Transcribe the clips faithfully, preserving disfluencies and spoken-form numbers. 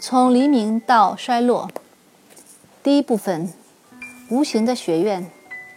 从黎明到衰落。第一部分，无形的学院。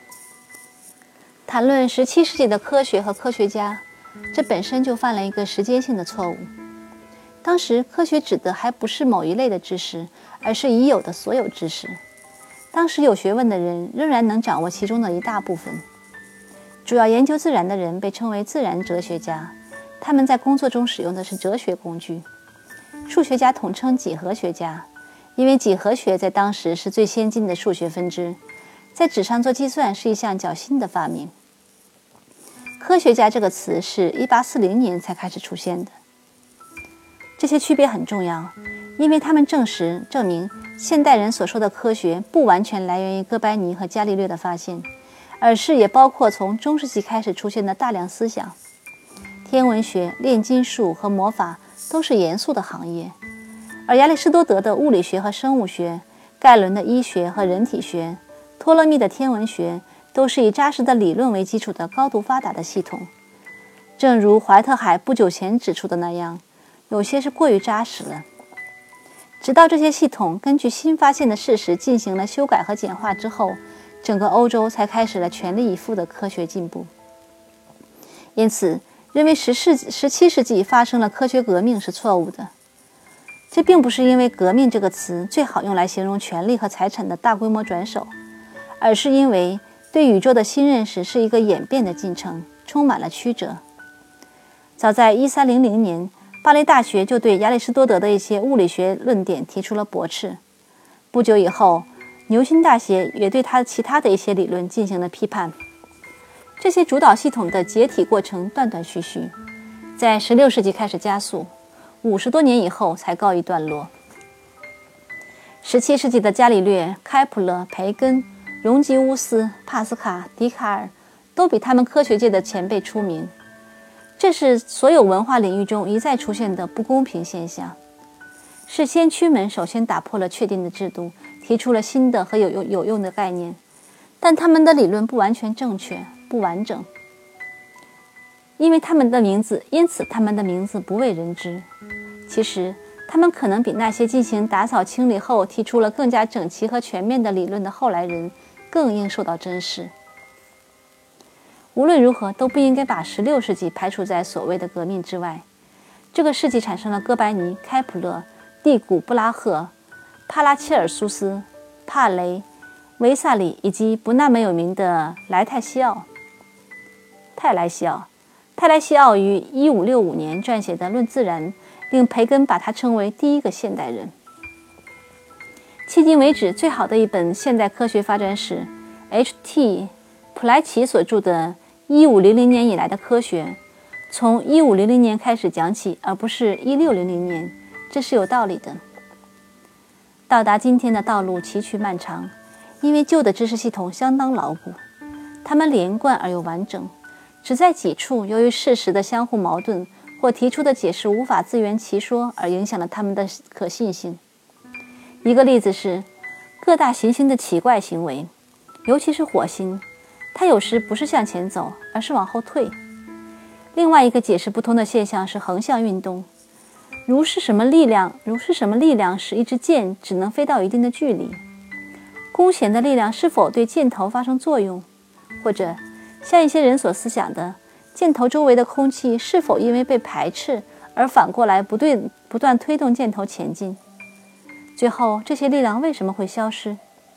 谈论十七世纪的科学和科学家，这本身就犯了一个时间性的错误。当时科学指的还不是某一类的知识，而是已有的所有知识。当时有学问的人仍然能掌握其中的一大部分。主要研究自然的人被称为自然哲学家，他们在工作中使用的是哲学工具。数学家统称几何学家，因为几何学在当时是最先进的数学分支，在纸上做计算是一项较新的发明。科学家这个词是一八四零年才开始出现的。这些区别很重要，因为他们证实证明现代人所说的科学不完全来源于哥白尼和伽利略的发现，而是也包括从中世纪开始出现的大量思想。天文学、炼金术和魔法都是严肃的行业，而亚里士多德的物理学和生物学、盖伦的医学和人体学、托勒密的天文学都是以扎实的理论为基础的高度发达的系统。正如怀特海不久前指出的那样，有些是过于扎实了。直到这些系统根据新发现的事实进行了修改和简化之后，整个欧洲才开始了全力以赴的科学进步。因此，认为十七世纪发生了科学革命是错误的。这并不是因为革命这个词最好用来形容权力和财产的大规模转手，而是因为对宇宙的新认识是一个演变的进程，充满了曲折。早在一三零零年，巴黎大学就对亚里士多德的一些物理学论点提出了驳斥。不久以后，牛津大学也对他其他的一些理论进行了批判。这些主导系统的解体过程断断续续，在十六世纪开始加速，五十多年以后才告一段落。十七世纪的伽利略、开普勒、培根、容吉乌斯、帕斯卡、笛卡尔都比他们科学界的前辈出名。这是所有文化领域中一再出现的不公平现象，是先驱们首先打破了确定的制度，提出了新的和有用有用的概念，但他们的理论不完全正确，不完整，因为他们的名字，因此他们的名字不为人知。其实，他们可能比那些进行打扫清理后提出了更加整齐和全面的理论的后来人更应受到珍视。无论如何，都不应该把十六世纪排除在所谓的革命之外。这个世纪产生了哥白尼、开普勒、蒂古布拉赫、帕拉切尔苏斯、帕雷、维萨里以及不那么有名的莱泰西奥。泰莱西奥，泰莱西奥于一五六五年撰写的《论自然》，令培根把他称为第一个现代人。迄今为止最好的一本现代科学发展史 H T 普莱奇所著的一五零零年以来的科学，从一五零零年开始讲起，而不是一六零零年，这是有道理的。到达今天的道路崎岖漫长，因为旧的知识系统相当牢固，它们连贯而又完整，只在几处由于事实的相互矛盾或提出的解释无法自圆其说而影响了它们的可信性。一个例子是各大行星的奇怪行为，尤其是火星，它有时不是向前走，而是往后退。另外一个解释不通的现象是横向运动，如是什么力量，如是什么力量使一支箭只能飞到一定的距离？弓弦的力量是否对箭头发生作用？或者像一些人所思想的，箭头周围的空气是否因为被排斥而反过来不对不断推动箭头前进？最后，这些力量为什么会消失？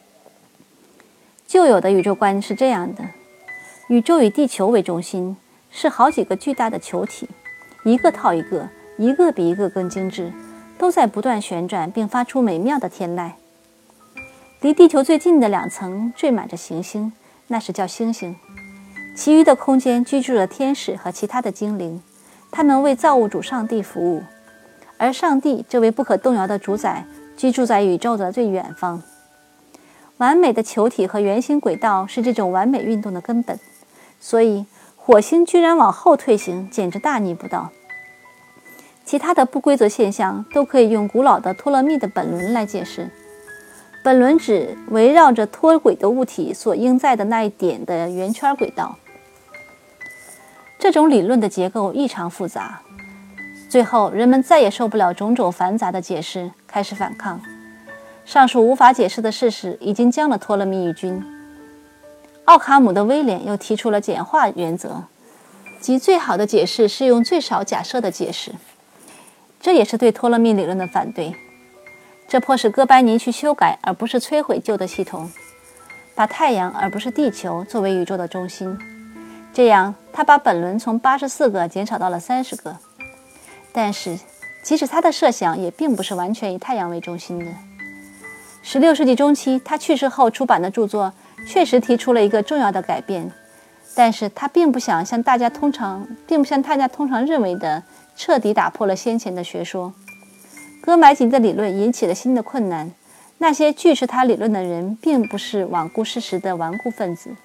旧有的宇宙观是这样的：宇宙以地球为中心，是好几个巨大的球体，一个套一个，一个比一个更精致，都在不断旋转并发出美妙的天籁。离地球最近的两层缀满着行星，那是叫星星。其余的空间居住了天使和其他的精灵，他们为造物主上帝服务，而上帝这位不可动摇的主宰居住在宇宙的最远方。完美的球体和圆形轨道是这种完美运动的根本，所以火星居然往后退行，简直大逆不道。其他的不规则现象都可以用古老的托勒密的本轮来解释。本轮指围绕着脱轨的物体所应在的那一点的圆圈轨道。这种理论的结构异常复杂， 最后，人们再也受不了种种繁杂的解释，开始反抗。上述无法解释的事实已经将了托勒密一军。奥卡姆的威廉又提出了简化原则，即最好的解释是用最少假设的解释，这也是对托勒密理论的反对。这迫使哥白尼去修改而不是摧毁旧的系统，把太阳而不是地球作为宇宙的中心。这样，他把本轮从八十四个减少到了三十个。但是，即使他的设想也并不是完全以太阳为中心的。十六世纪中期，他去世后出版的著作确实提出了一个重要的改变，但是他并不想像大家通常，并不像大家通常认为的彻底打破了先前的学说。哥白尼的理论引起了新的困难，那些拒视他理论的人并不是罔顾事实的顽固分子。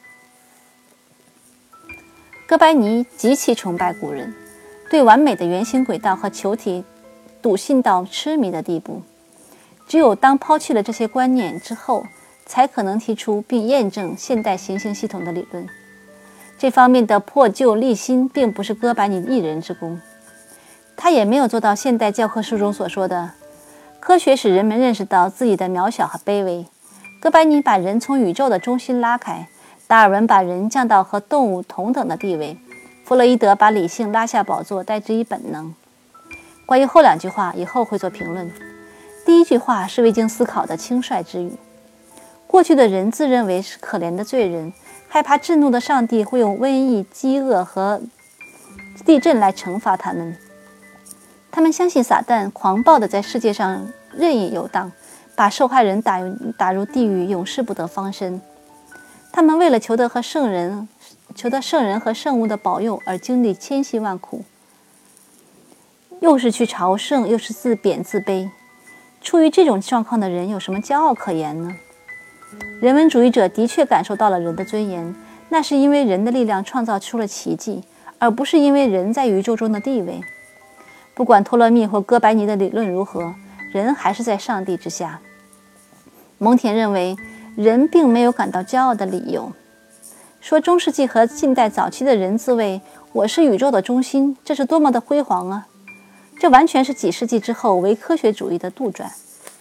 哥白尼极其崇拜古人，对完美的圆形轨道和球体笃信到痴迷的地步。只有当抛弃了这些观念之后，才可能提出并验证现代行星系统的理论。这方面的破旧立新并不是哥白尼一人之功，他也没有做到现代教科书中所说的科学使人们认识到自己的渺小和卑微。哥白尼把人从宇宙的中心拉开，达尔文把人降到和动物同等的地位，弗洛伊德把理性拉下宝座，代之以本能。关于后两句话，以后会做评论。第一句话是未经思考的轻率之语。过去的人自认为是可怜的罪人，害怕震怒的上帝会用瘟疫、饥饿和地震来惩罚他们。他们相信撒旦狂暴地在世界上任意游荡，把受害人打入打入地狱，永世不得方身。他们为了求得和圣人、求得圣人和圣物的保佑而经历千辛万苦，又是去朝圣，又是自贬自卑。处于这种状况的人有什么骄傲可言呢？人文主义者的确感受到了人的尊严，那是因为人的力量创造出了奇迹，而不是因为人在宇宙中的地位。不管托勒密或哥白尼的理论如何，人还是在上帝之下。蒙恬认为人并没有感到骄傲的理由，说中世纪和近代早期的人自谓我是宇宙的中心，这是多么的辉煌啊！这完全是几世纪之后唯科学主义的杜撰。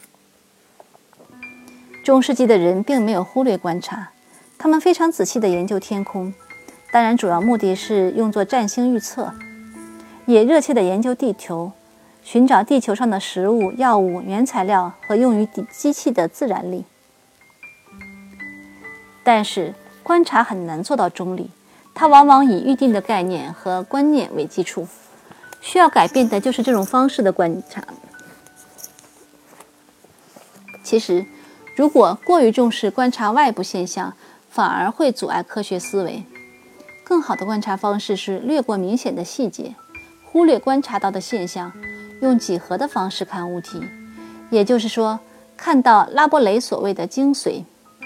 中世纪的人并没有忽略观察，他们非常仔细地研究天空，当然主要目的是用作占星预测，也热切地研究地球，寻找地球上的食物、药物、原材料和用于机器的自然力。但是观察很难做到中立，它往往以预定的概念和观念为基础，需要改变的就是这种方式的观察。其实如果过于重视观察外部现象，反而会阻碍科学思维。更好的观察方式是略过明显的细节，忽略观察到的现象，用几何的方式看物体，也就是说，看到拉波雷所谓的精髓。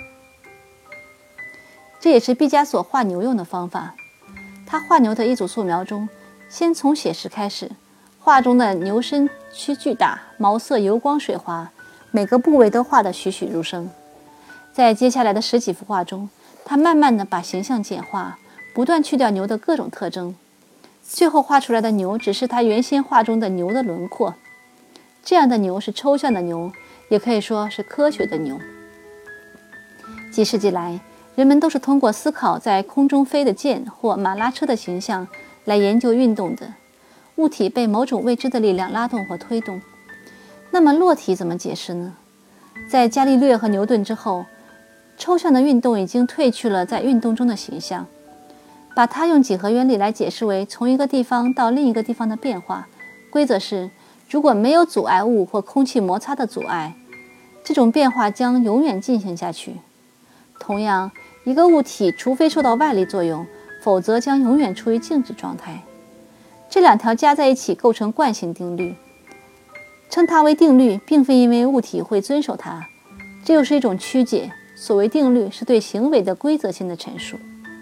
这也是毕加索画牛用的方法。他画牛的一组素描中，先从写实开始，画中的牛身躯巨大，毛色油光水滑，每个部位都画得栩栩如生。在接下来的十几幅画中，他慢慢地把形象简化，不断去掉牛的各种特征，最后画出来的牛只是他原先画中的牛的轮廓。这样的牛是抽象的牛，也可以说是科学的牛。几世纪来，人们都是通过思考在空中飞的箭或马拉车的形象来研究运动的。物体被某种未知的力量拉动或推动。那么落体怎么解释呢？在伽利略和牛顿之后，抽象的运动已经褪去了在运动中的形象，把它用几何原理来解释为从一个地方到另一个地方的变化。规则是，如果没有阻碍物或空气摩擦的阻碍，这种变化将永远进行下去。同样，一个物体除非受到外力作用，否则将永远处于静止状态。这两条加在一起构成惯性定律，称它为定律，并非因为物体会遵守它，这又是一种曲解。所谓定律是对行为的规则性的陈述。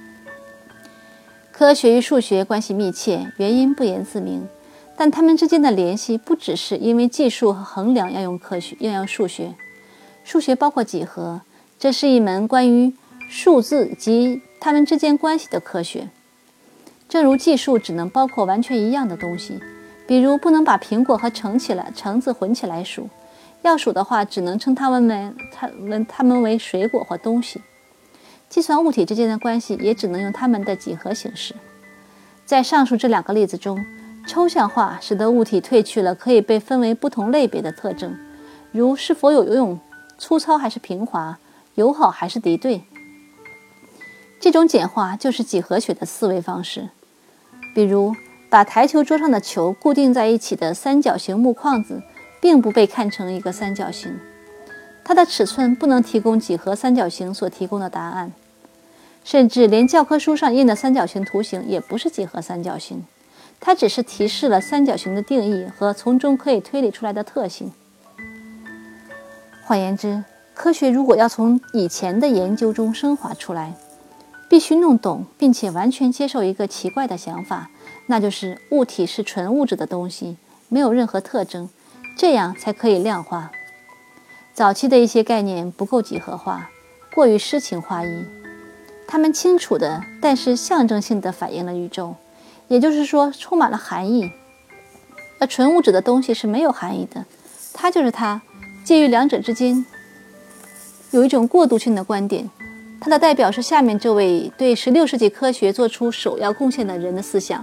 科学与数学关系密切，原因不言自明，但它们之间的联系不只是因为计数和衡量要用科学，要用数学。数学包括几何，这是一门关于数字及它们之间关系的科学。正如计数只能包括完全一样的东西， 比如不能把苹果和橙起来橙子混起来数，要数的话只能称它们为它们它们为水果或东西。计算物体之间的关系也只能用它们的几何形式。在上述这两个例子中，抽象化使得物体褪去了可以被分为不同类别的特征，如是否有用、粗糙还是平滑、友好还是敌对。这种简化就是几何学的思维方式。比如，把台球桌上的球固定在一起的三角形木框子并不被看成一个三角形，它的尺寸不能提供几何三角形所提供的答案，甚至连教科书上印的三角形图形也不是几何三角形，它只是提示了三角形的定义和从中可以推理出来的特性。换言之，科学如果要从以前的研究中升华出来，必须弄懂并且完全接受一个奇怪的想法，那就是物体是纯物质的东西，没有任何特征，这样才可以量化。早期的一些概念不够几何化，过于诗情画意，它们清楚的但是象征性的反映了宇宙，也就是说充满了含义。而纯物质的东西是没有含义的，它就是它，介于两者之间，有一种过渡性的观点。它的代表是下面这位对十六世纪科学做出首要贡献的人的思想：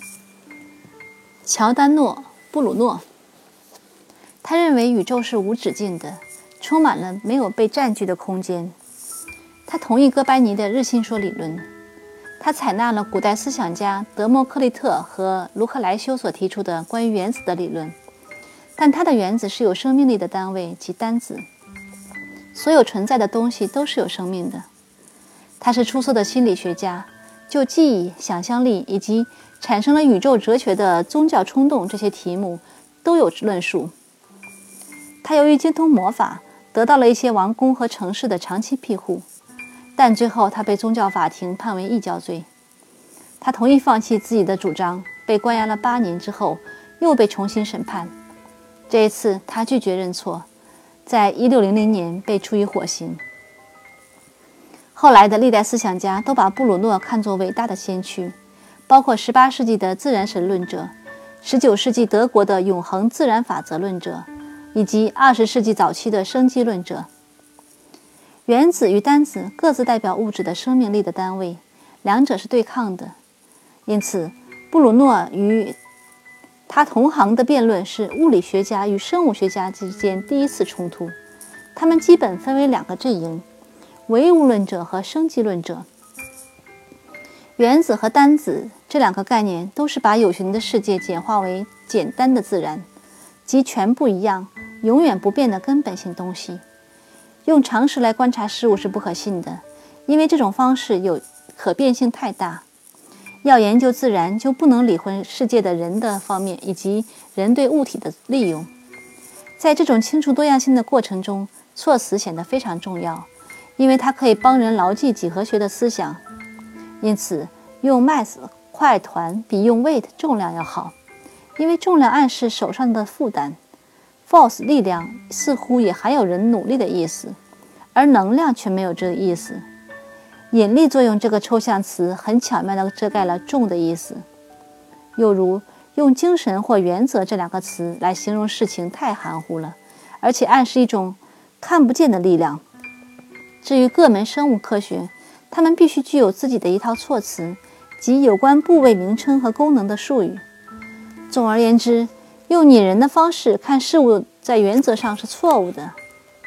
乔丹诺·布鲁诺。他认为宇宙是无止境的，充满了没有被占据的空间。他同意哥白尼的日心说理论，他采纳了古代思想家德谟克利特和卢克莱修所提出的关于原子的理论，但他的原子是有生命力的单位，即单子。所有存在的东西都是有生命的。他是出色的心理学家，就记忆、想象力以及产生了宇宙哲学的宗教冲动这些题目都有论述。他由于精通魔法，得到了一些王宫和城市的长期庇护，但最后他被宗教法庭判为异教罪。他同意放弃自己的主张，被关押了八年之后又被重新审判。这一次他拒绝认错，在一六零零年被处以火刑。后来的历代思想家都把布鲁诺看作伟大的先驱，包括十八世纪的自然神论者，十九世纪德国的永恒自然法则论者，以及二十世纪早期的生机论者。原子与单子各自代表物质的生命力的单位，两者是对抗的。因此，布鲁诺与他同行的辩论是物理学家与生物学家之间第一次冲突。他们基本分为两个阵营：唯物论者和生机论者。原子和单子这两个概念都是把有形的世界简化为简单的自然，即全部一样、永远不变的根本性东西。用常识来观察事物是不可信的，因为这种方式有可变性太大。要研究自然，就不能理会世界的人的方面以及人对物体的利用。在这种清除多样性的过程中，措辞显得非常重要，因为它可以帮人牢记几何学的思想。因此，用 mass 块团比用 weight 重量要好，因为重量暗示手上的负担。force 力量似乎也含有人努力的意思，而能量却没有这个意思。引力作用这个抽象词很巧妙地遮盖了重的意思。又如用精神或原则这两个词来形容事情太含糊了，而且暗示一种看不见的力量。至于各门生物科学，它们必须具有自己的一套措辞，即有关部位名称和功能的术语。总而言之，用拟人的方式看事物在原则上是错误的，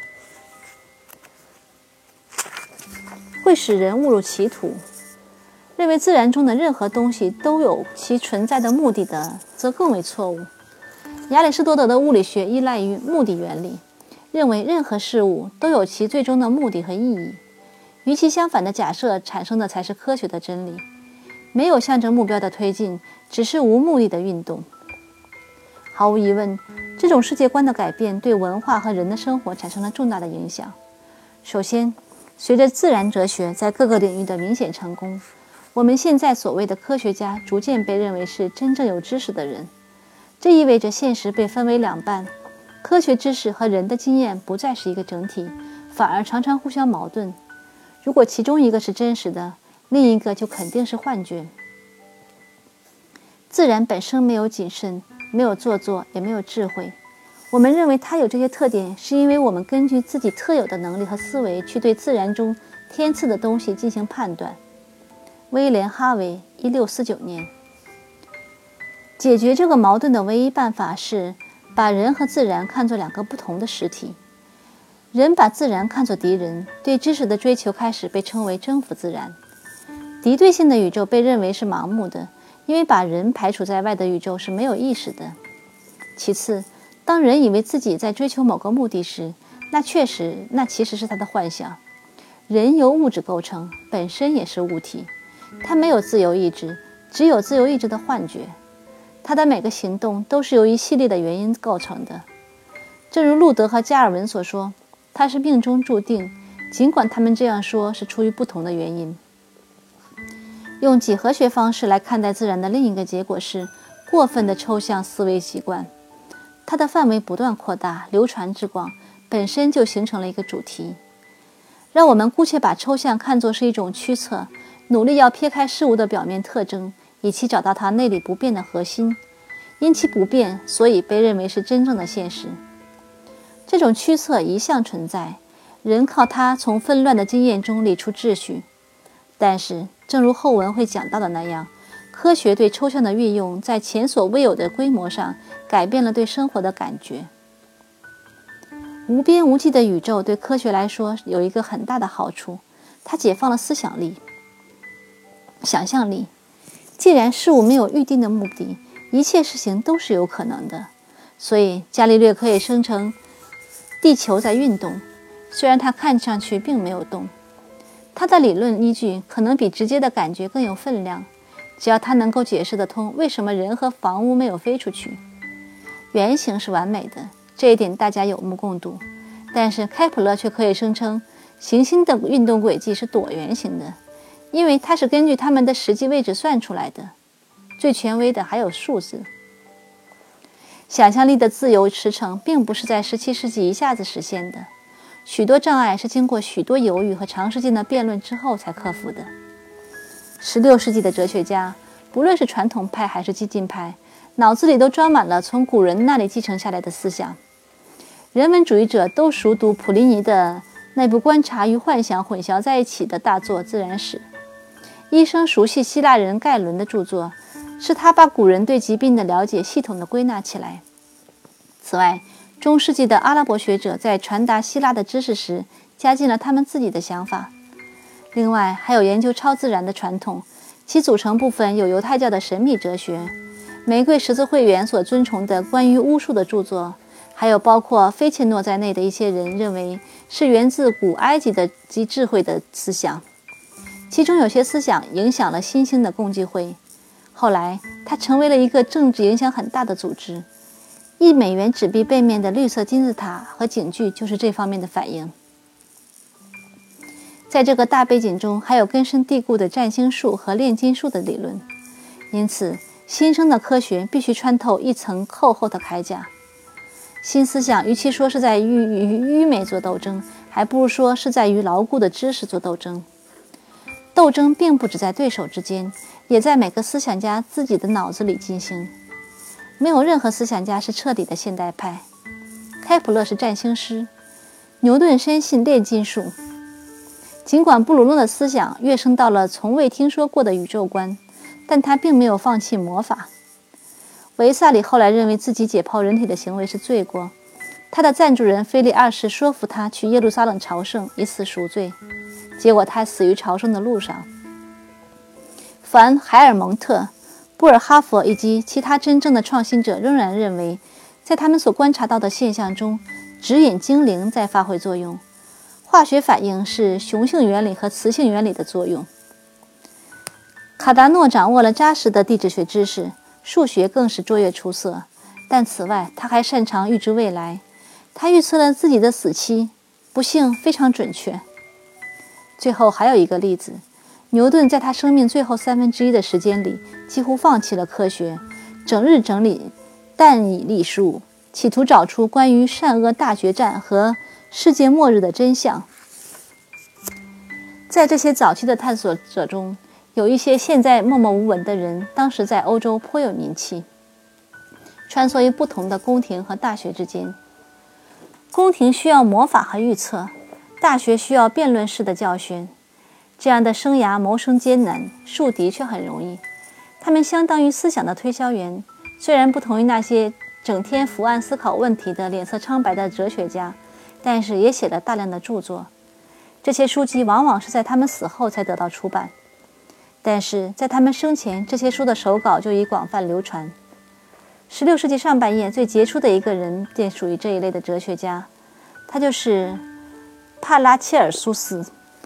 会使人误入歧途。认为自然中的任何东西都有其存在的目的的，则更为错误。亚里士多德的物理学依赖于目的原理，认为任何事物都有其最终的目的和意义。与其相反的假设产生的才是科学的真理。没有向着目标的推进，只是无目的的运动。毫无疑问，这种世界观的改变对文化和人的生活产生了重大的影响。首先，随着自然哲学在各个领域的明显成功，我们现在所谓的科学家逐渐被认为是真正有知识的人。这意味着现实被分为两半，科学知识和人的经验不再是一个整体，反而常常互相矛盾。如果其中一个是真实的，另一个就肯定是幻觉。自然本身没有谨慎， 没有做作，也没有智慧。我们认为它有这些特点，是因为我们根据自己特有的能力和思维去对自然中天赐的东西进行判断。威廉·哈维，一六四九年。解决这个矛盾的唯一办法是把人和自然看作两个不同的实体。人把自然看作敌人，对知识的追求开始被称为征服自然。敌对性的宇宙被认为是盲目的，因为把人排除在外的宇宙是没有意识的。其次，当人以为自己在追求某个目的时，那确实，那其实是他的幻想。人由物质构成，本身也是物体，他没有自由意志，只有自由意志的幻觉。他的每个行动都是由一系列的原因构成的。正如路德和加尔文所说，他是命中注定，尽管他们这样说是出于不同的原因。用几何学方式来看待自然的另一个结果是过分的抽象思维习惯，它的范围不断扩大，流传之广，本身就形成了一个主题。让我们姑且把抽象看作是一种驱策，努力要撇开事物的表面特征，以期找到它内里不变的核心。因其不变，所以被认为是真正的现实。这种驱策一向存在，人靠它从纷乱的经验中理出秩序。但是正如后文会讲到的那样，科学对抽象的运用在前所未有的规模上改变了对生活的感觉。无边无际的宇宙对科学来说有一个很大的好处，它解放了思想力、想象力。既然事物没有预定的目的，一切事情都是有可能的，所以伽利略可以声称地球在运动，虽然它看上去并没有动。他的理论依据可能比直接的感觉更有分量，只要他能够解释得通为什么人和房屋没有飞出去。圆形是完美的，这一点大家有目共睹。但是开普勒却可以声称行星的运动轨迹是椭圆形的，因为它是根据它们的实际位置算出来的。最权威的还有数字。想象力的自由驰骋并不是在十七世纪一下子实现的，许多障碍是经过许多犹豫和长时间的辩论之后才克服的。十六世纪的哲学家，不论是传统派还是激进派，脑子里都装满了从古人那里继承下来的思想。人文主义者都熟读普林尼的那部观察与幻想混淆在一起的大作《自然史》，医生熟悉希腊人盖伦的著作，是他把古人对疾病的了解系统地归纳起来。此外，中世纪的阿拉伯学者在传达希腊的知识时，加进了他们自己的想法。另外，还有研究超自然的传统，其组成部分有犹太教的神秘哲学，玫瑰十字会员所尊崇的关于巫术的著作，还有包括菲切诺在内的一些人认为是源自古埃及的及智慧的思想。其中有些思想影响了新兴的共济会，后来它成为了一个政治影响很大的组织。一美元纸币背面的绿色金字塔和警句就是这方面的反应。在这个大背景中，还有根深蒂固的占星术和炼金术的理论，因此新生的科学必须穿透一层厚厚的铠甲。新思想与其说是在与愚昧做斗争，还不如说是在与牢固的知识做斗争。斗争并不只在对手之间，也在每个思想家自己的脑子里进行。没有任何思想家是彻底的现代派。开普勒是占星师，牛顿深信炼金术。尽管布鲁诺的思想跃升到了从未听说过的宇宙观，但他并没有放弃魔法。维萨里后来认为自己解剖人体的行为是罪过，他的赞助人腓力二世说服他去耶路撒冷朝圣，以此赎罪，结果他死于朝圣的路上。凡海尔蒙特、布尔哈佛以及其他真正的创新者仍然认为，在他们所观察到的现象中，指引精灵在发挥作用。化学反应是雄性原理和雌性原理的作用。卡达诺掌握了扎实的地质学知识，数学更是卓越出色，但此外他还擅长预知未来。他预测了自己的死期，不幸非常准确。最后还有一个例子，牛顿在他生命最后三分之一的时间里几乎放弃了科学，整日整理但以理数，企图找出关于善恶大决战和世界末日的真相。在这些早期的探索者中，有一些现在默默无闻的人，当时在欧洲颇有名气。 穿梭于不同的宫廷和大学之间。宫廷需要魔法和预测，大学需要辩论式的教训。这样的生涯谋生艰难，树敌却很容易。他们相当于思想的推销员，虽然不同于那些整天伏案思考问题的脸色苍白的哲学家，但是也写了大量的著作。这些书籍往往是在他们死后才得到出版，但是在他们生前，这些书的手稿就已广泛流传。十六世纪上半叶最杰出的一个人便属于这一类的哲学家，他就是帕拉切尔苏斯。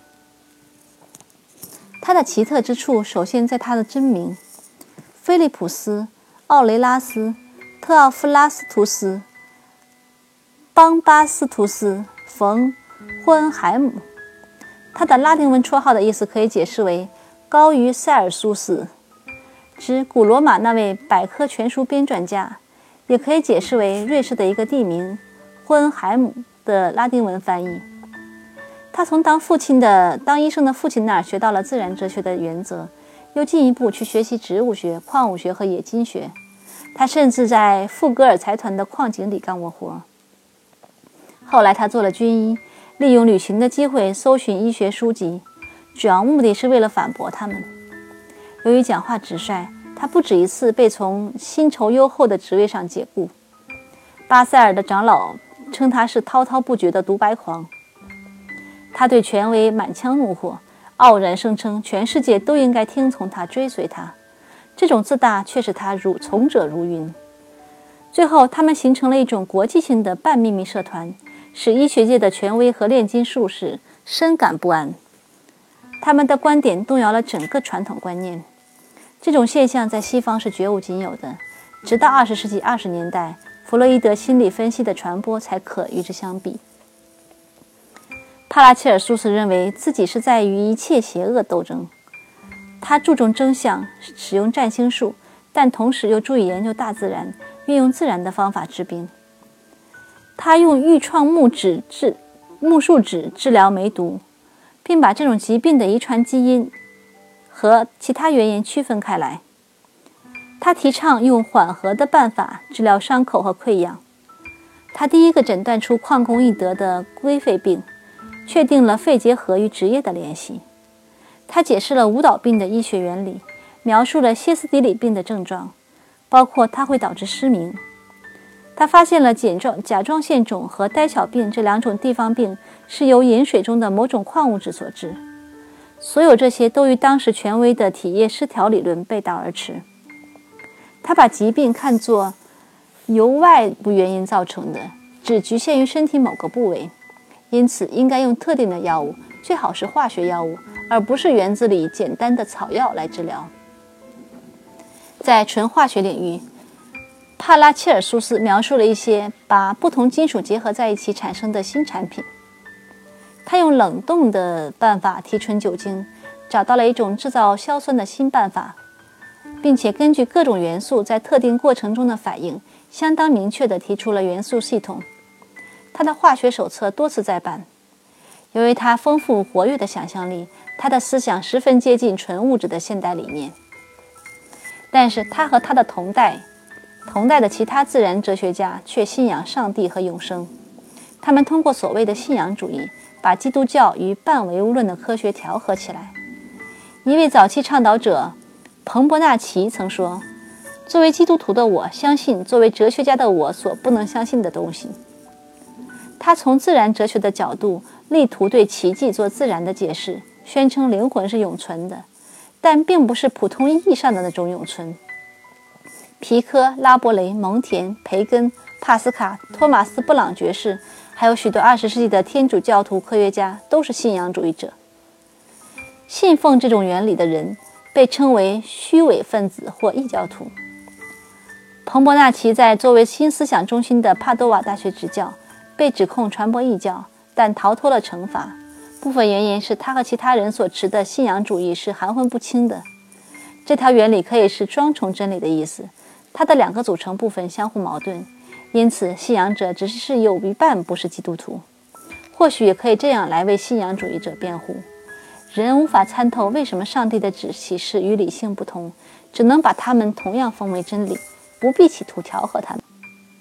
他的奇特之处首先在他的真名菲利普斯·奥雷拉斯·特奥夫拉斯图斯·邦巴斯图斯·冯·霍恩海姆。他的拉丁文绰号的意思可以解释为高于塞尔苏斯，指古罗马那位百科全书编撰家，也可以解释为瑞士的一个地名霍恩海姆的拉丁文翻译。他从当父亲的当医生的父亲那儿学到了自然哲学的原则，又进一步去学习植物学、矿物学和冶金学。他甚至在富格尔财团的矿井里干过活。后来他做了军医，利用旅行的机会搜寻医学书籍，主要目的是为了反驳他们。由于讲话直率，他不止一次被从薪酬优厚的职位上解雇。巴塞尔的长老称他是滔滔不绝的独白狂。他对权威满腔怒火，傲然声称全世界都应该听从他、追随他。这种自大却使他如从者如云。最后，他们形成了一种国际性的半秘密社团，使医学界的权威和炼金术士深感不安。他们的观点动摇了整个传统观念。这种现象在西方是绝无仅有的，直到二十世纪二十年代，弗洛伊德心理分析的传播才可与之相比。帕拉切尔苏斯认为自己是在与一切邪恶斗争。他注重真相，使用占星术，但同时又注意研究大自然，运用自然的方法治病。他用愈创木脂治木树脂治疗梅毒，并把这种疾病的遗传基因和其他原因区分开来。他提倡用缓和的办法治疗伤口和溃疡。他第一个诊断出矿工易得的龟肺病，确定了肺结核与职业的联系。他解释了舞蹈病的医学原理，描述了歇斯底里病的症状，包括它会导致失明。他发现了甲状甲状腺肿和呆小病这两种地方病是由饮水中的某种矿物质所致。所有这些都与当时权威的体液失调理论背道而驰。他把疾病看作由外部原因造成的，只局限于身体某个部位，因此应该用特定的药物，最好是化学药物，而不是园子里简单的草药来治疗。在纯化学领域，帕拉切尔苏斯描述了一些把不同金属结合在一起产生的新产品。他用冷冻的办法提纯酒精，找到了一种制造硝酸的新办法，并且根据各种元素在特定过程中的反应，相当明确地提出了元素系统。他的化学手册多次再版。由于他丰富活跃的想象力，他的思想十分接近纯物质的现代理念。但是他和他的同代同代的其他自然哲学家却信仰上帝和永生。他们通过所谓的信仰主义，把基督教与半唯物论的科学调和起来。一位早期倡导者彭伯纳奇曾说，作为基督徒的我相信作为哲学家的我所不能相信的东西。他从自然哲学的角度力图对奇迹做自然的解释，宣称灵魂是永存的，但并不是普通意义上的那种永存。皮科、拉伯雷、蒙田、培根、帕斯卡、托马斯·布朗爵士，还有许多二十世纪的天主教徒科学家都是信仰主义者。信奉这种原理的人被称为虚伪分子或异教徒。彭伯纳奇在作为新思想中心的帕多瓦大学执教，被指控传播异教，但逃脱了惩罚。部分原因是他和其他人所持的信仰主义是含混不清的。这条原理可以是双重真理的意思，它的两个组成部分相互矛盾，因此信仰者只是有一半不是基督徒。或许也可以这样来为信仰主义者辩护：人无法参透为什么上帝的指启示与理性不同，只能把它们同样奉为真理， 不必企图调和它们。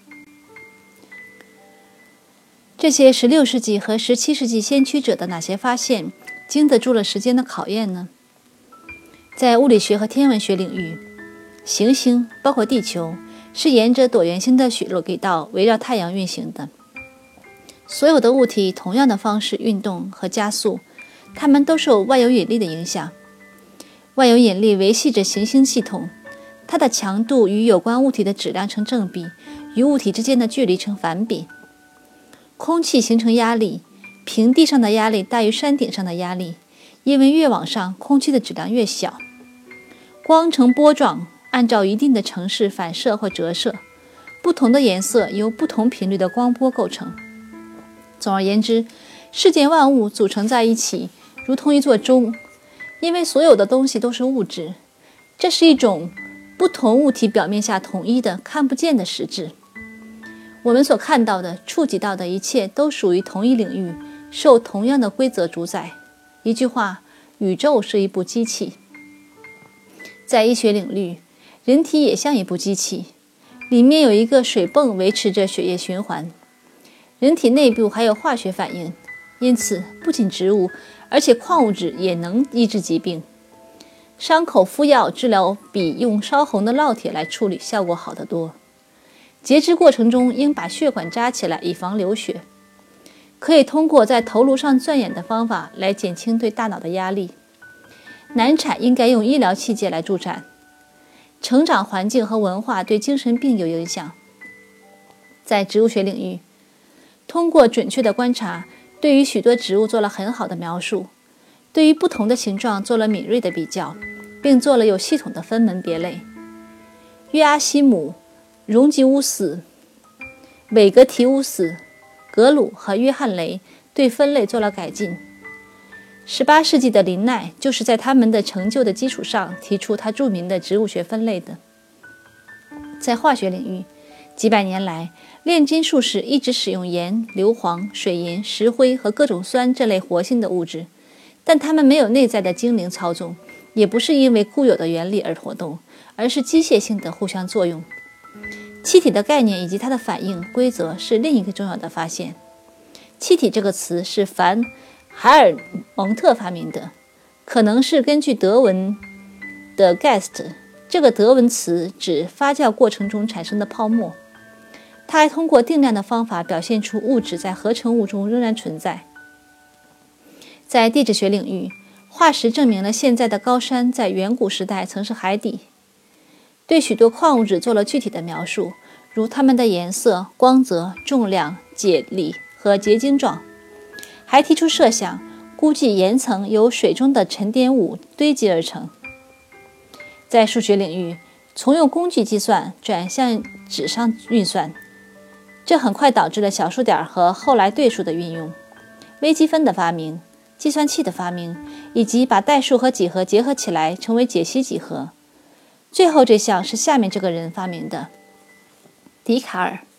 这些十六世纪和十七世纪先驱者的哪些发现经得住了时间的考验呢？在物理学和天文学领域，行星包括地球是沿着椭圆形的许多轨道围绕太阳运行的。所有的物体以同样的方式运动和加速，它们都受万有引力的影响。万有引力维系着行星系统，它的强度与有关物体的质量成正比，与物体之间的距离成反比。空气形成压力，平地上的压力大于山顶上的压力，因为越往上，空气的质量越小。光呈波状，按照一定的程式反射或折射，不同的颜色由不同频率的光波构成。总而言之，世间万物组成在一起，如同一座钟，因为所有的东西都是物质。这是一种不同物体表面下统一的看不见的实质。我们所看到的、触及到的一切都属于同一领域，受同样的规则主宰。一句话，宇宙是一部机器。在医学领域，人体也像一部机器，里面有一个水泵维持着血液循环。人体内部还有化学反应，因此不仅植物，而且矿物质也能医治疾病。伤口敷药治疗比用烧红的烙铁来处理效果好得多。截肢过程中应把血管扎起来，以防流血。可以通过在头颅上钻眼的方法来减轻对大脑的压力。难产应该用医疗器械来助产。成长环境和文化对精神病有影响。在植物学领域，通过准确的观察，对于许多植物做了很好的描述，对于不同的形状做了敏锐的比较，并做了有系统的分门别类。约阿希姆、荣吉乌斯、韦格提乌斯、格鲁和约翰雷对分类做了改进。十八世纪的林奈就是在他们的成就的基础上提出他著名的植物学分类的。在化学领域，几百年来，炼金术士一直使用盐、硫磺、水银、石灰和各种酸这类活性的物质，但它们没有内在的精灵操纵，也不是因为固有的原理而活动，而是机械性的互相作用。气体的概念以及它的反应规则是另一个重要的发现。气体这个词是凡海尔蒙特发明的，可能是根据德文的 Geist， 这个德文词指发酵过程中产生的泡沫。他还通过定量的方法表现出物质在合成物中仍然存在。在地质学领域，化石证明了现在的高山在远古时代曾是海底，对许多矿物质做了具体的描述，如它们的颜色、光泽、重量、解理和结晶状。还提出设想，估计岩层由水中的沉淀物堆积而成。在数学领域，从用工具计算转向纸上运算，这很快导致了小数点和后来对数的运用。微积分的发明、计算器的发明，以及把代数和几何结合起来成为解析几何。最后这项是下面这个人发明的，笛卡尔。